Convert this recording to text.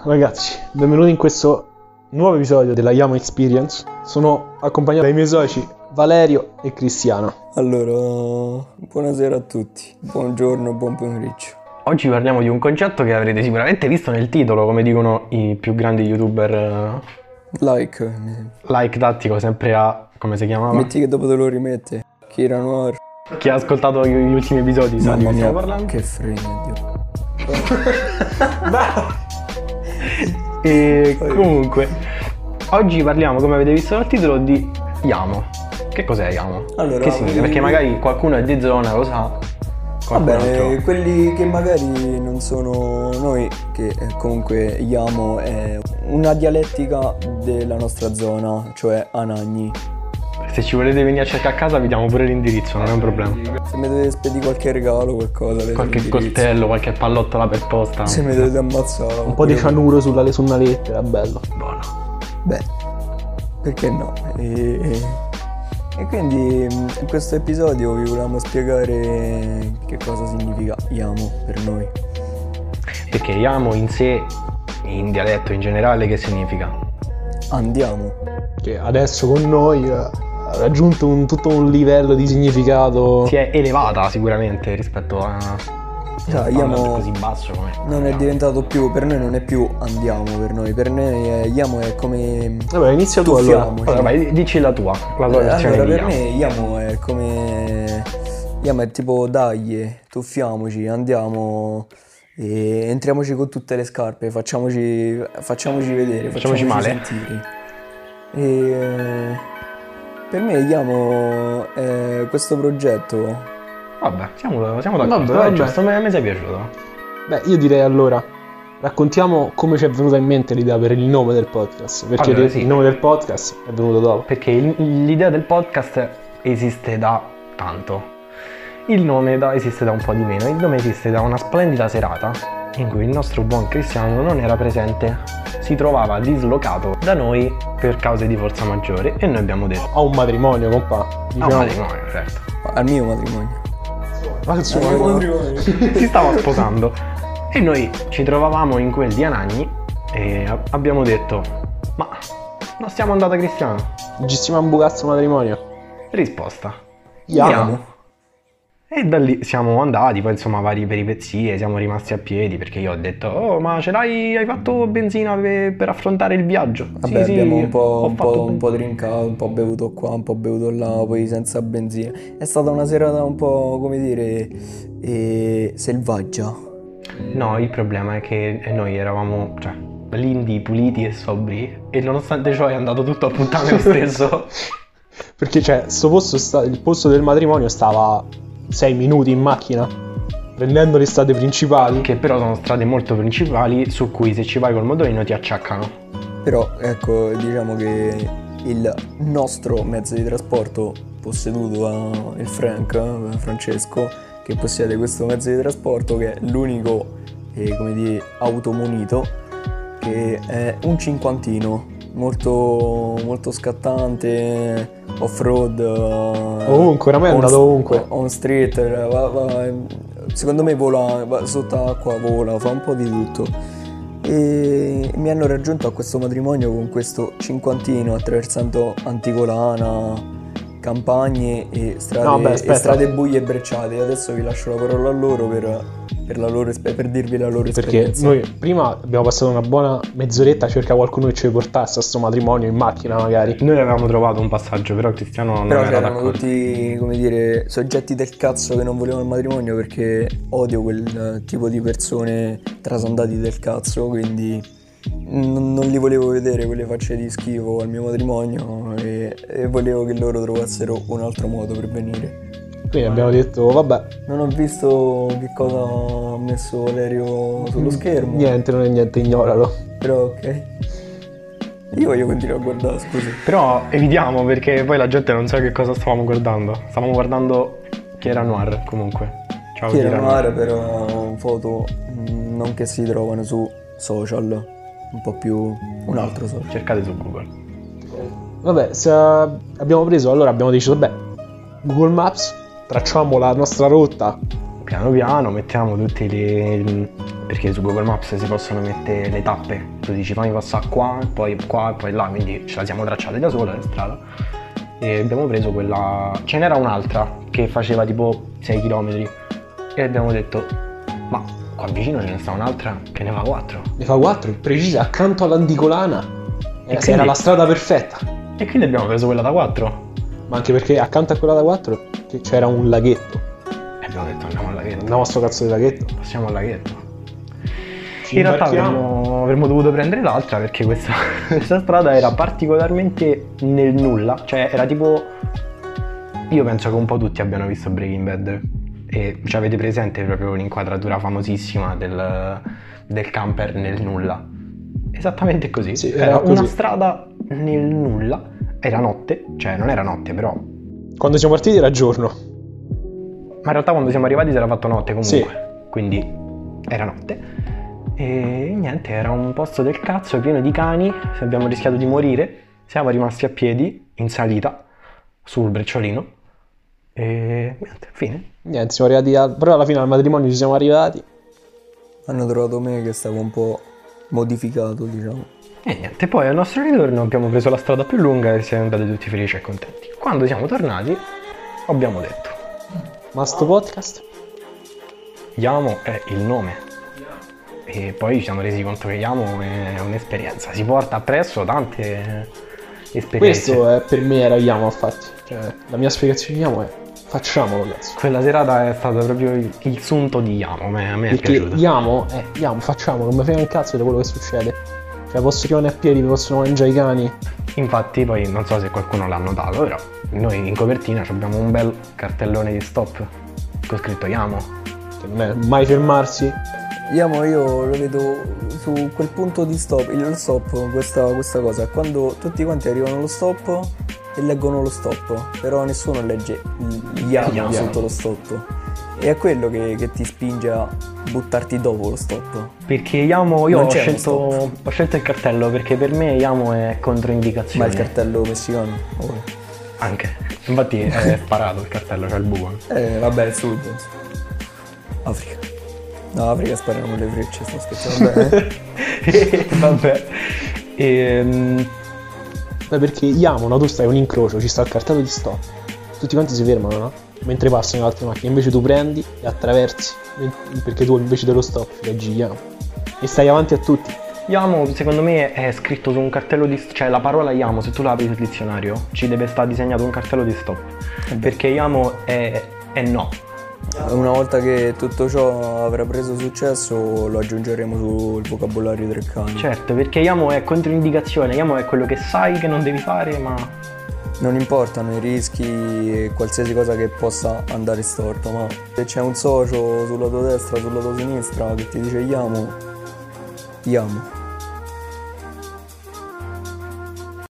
Ragazzi, benvenuti in questo nuovo episodio della Yamo Experience. Sono accompagnato dai miei soci Valerio e Cristiano. Allora, buonasera a tutti, buongiorno, buon pomeriggio. Oggi parliamo di un concetto che avrete sicuramente visto nel titolo, come dicono i più grandi youtuber. Like Tattico, sempre a... come si chiamava? metti che dopo te lo rimette. Kira Noir. Chi ha ascoltato gli ultimi episodi sa di Mamma che stiamo mia, parlando. che frega, Dio. E comunque, oggi parliamo, come avete visto dal titolo, di Yamo. Che cos'è Yamo? Allora, che significa? Perché magari qualcuno è di zona, lo sa. Vabbè, quelli che magari non sono noi, che comunque Yamo è una dialettica della nostra zona, cioè Anagni. Se ci volete venire a cercare a casa vi diamo pure l'indirizzo, non è un problema. Se mi dovete spedire qualche regalo, qualcosa, Qualche coltello, qualche pallottola per posta. se mi dovete ammazzare Un po' di cianuro su una lettera, bello. Buono. Beh, perché no? E quindi in questo episodio vi volevamo spiegare che cosa significa Yamo per noi. Perché Yamo in sé, in dialetto in generale, che significa? Andiamo. Che adesso con noi ha raggiunto tutto un livello di significato. Si è elevata sicuramente rispetto a Yamo così basso come non è diventato più, per noi non è più andiamo, per noi Yamo è come Vabbè, inizia tu allora. tuffiamoci. Allora, vai, dici la tua versione Allora, di per Yamo. me Yamo è come Yamo è tipo dai, tuffiamoci, andiamo e entriamoci con tutte le scarpe, facciamoci vedere, Facciamoci male. sentire. E per me Yamo è questo progetto. Vabbè, siamo d'accordo. Vabbè. Giusto, mi sei piaciuto. Beh, io direi allora, raccontiamo come ci è venuta in mente l'idea per il nome del podcast. Perché Allora, sì. il nome del podcast è venuto dopo. Perché l'idea del podcast esiste da tanto. Il nome esiste da un po' di meno. Il nome esiste da una splendida serata in cui il nostro buon Cristiano non era presente. Si trovava dislocato da noi per cause di forza maggiore e noi abbiamo detto Ha un matrimonio, compa. ah, Diciamo. un matrimonio, certo. Al mio matrimonio. Ma il suo matrimonio. Si stava sposando e noi ci trovavamo in quel di Anagni e abbiamo detto ma non stiamo andati a Cristiano? Gissimo un bucazzo matrimonio. Risposta Yamo. e da lì siamo andati, poi insomma varie peripezie, siamo rimasti a piedi perché io ho detto oh ma hai fatto benzina per affrontare il viaggio? Vabbè, Sì, abbiamo sì, ho fatto un po' drinkato, un po' bevuto qua, un po' bevuto là, poi senza benzina. È stata una serata un po', come dire, selvaggia. No, il problema è che noi eravamo, cioè, lindi, puliti e sobri e nonostante ciò è andato tutto a puttane lo stesso. Perché cioè, il posto del matrimonio stava 6 minuti in macchina, prendendo le strade principali. Che però sono strade molto principali su cui se ci vai col motorino ti acciaccano. Però, ecco, diciamo che il nostro mezzo di trasporto posseduto da il Francesco, che possiede questo mezzo di trasporto, che è l'unico, come dire, automunito, che è un cinquantino. Molto, molto scattante, off-road, Ovunque, oramai è andato ovunque. on street, secondo me va sott'acqua, vola, fa un po' di tutto. E mi hanno raggiunto a questo matrimonio con questo cinquantino attraversando Anticolana, campagne e strade buie e brecciate. Adesso vi lascio la parola a loro per dirvi la loro Perché esperienza. noi prima abbiamo passato una buona mezz'oretta a cercare qualcuno che ci portasse a sto matrimonio in macchina magari. Noi avevamo trovato un passaggio, però Cristiano non Però era c'erano d'accordo. tutti, come dire, soggetti del cazzo che non volevano il matrimonio, perché odio quel tipo di persone trasandati del cazzo, quindi non li volevo vedere quelle facce di schifo al mio matrimonio e volevo che loro trovassero un altro modo per venire. Quindi abbiamo detto vabbè, Non ho visto che cosa ha messo Valerio sullo schermo. niente, non è niente, ignoralo. Però ok. Io voglio continuare a guardare, scusi. Però evitiamo perché poi la gente non sa che cosa stavamo guardando. Stavamo guardando Kira Noir comunque. Ciao Kira Kira Noir, però foto non che si trovano su social, un po' più un altro social. Cercate su Google. Vabbè, abbiamo deciso, vabbè, Google Maps, tracciamo la nostra rotta. Piano piano mettiamo tutti perché su Google Maps si possono mettere le tappe, tu dici fammi passare qua e poi là, quindi ce la siamo tracciate da sola la strada e abbiamo preso quella, ce n'era un'altra che faceva tipo 6 km e abbiamo detto ma qua vicino ce ne sta un'altra che ne fa 4. Ne fa 4, precisa, accanto all'Andicolana. Era la strada perfetta. E quindi abbiamo preso quella da 4. Ma anche perché accanto a quella da 4 c'era un laghetto. E abbiamo detto andiamo al laghetto. Andiamo a sto cazzo di laghetto. Passiamo al laghetto. Ci In realtà imbarchiamo. avremmo dovuto prendere l'altra perché questa strada era particolarmente nel nulla. Cioè era tipo... Io penso che un po' tutti abbiano visto Breaking Bad. E cioè, avete presente proprio l'inquadratura famosissima del camper nel nulla. Esattamente così. Sì, era così. una strada nel nulla. Era notte. Cioè non era notte però. Quando siamo partiti era giorno. Ma in realtà quando siamo arrivati si era fatto notte comunque, Sì. quindi era notte. E niente, era un posto del cazzo pieno di cani, abbiamo rischiato di morire, siamo rimasti a piedi, in salita, sul brecciolino. E niente, fine. Niente, siamo arrivati però alla fine al matrimonio ci siamo arrivati. Hanno trovato me che stavo un po' modificato, diciamo. E niente, poi al nostro ritorno abbiamo preso la strada più lunga e siamo andati tutti felici e contenti. Quando siamo tornati abbiamo detto, Ma sto podcast? Yamo è il nome. E poi ci siamo resi conto che Yamo è un'esperienza, si porta appresso tante esperienze. Questo per me era Yamo, infatti. Cioè, la mia spiegazione di Yamo è facciamolo, cazzo. Quella serata è stata proprio il sunto di Yamo, a me è Perché piaciuto. Yamo, facciamolo, non mi frega un cazzo di quello che succede. Cioè, posso rimanere a piedi, mi possono mangiare i cani. Infatti poi non so se qualcuno l'ha notato, però noi in copertina abbiamo un bel cartellone di stop con scritto Yamo. Che non è mai fermarsi. Io lo vedo su quel punto di stop, lo stop, questa cosa, quando tutti quanti arrivano allo stop e leggono lo stop, però nessuno legge Yamo sotto lo stop. E è quello che ti spinge a buttarti dopo lo stop. Perché Yamo, io Non ho c'è scelto il cartello perché per me Yamo è controindicazione. Ma il cartello messicano? Anche. Infatti è sparato il cartello, c'è il buco. Vabbè, il sud. Africa. No, Africa sparano le frecce, sto scherzando. Vabbè. Beh, perché Yamo, no? Tu stai a un incrocio, ci sta il cartello di stop. Tutti quanti si fermano, no? Mentre passano le altre macchine. Invece tu prendi e attraversi. Perché tu invece dello stop leggi Yamo. E stai avanti a tutti. Yamo secondo me è scritto su un cartello di cioè la parola Yamo se tu la apri sul dizionario ci deve stare disegnato un cartello di stop. Perché Yamo è no. Una volta che tutto ciò avrà preso successo lo aggiungeremo sul vocabolario treccani. Certo, perché Yamo è controindicazione, Yamo è quello che sai che non devi fare, ma Non importano i rischi e qualsiasi cosa che possa andare storto, ma se c'è un socio sul lato destra, sul lato sinistra che ti dice Yamo,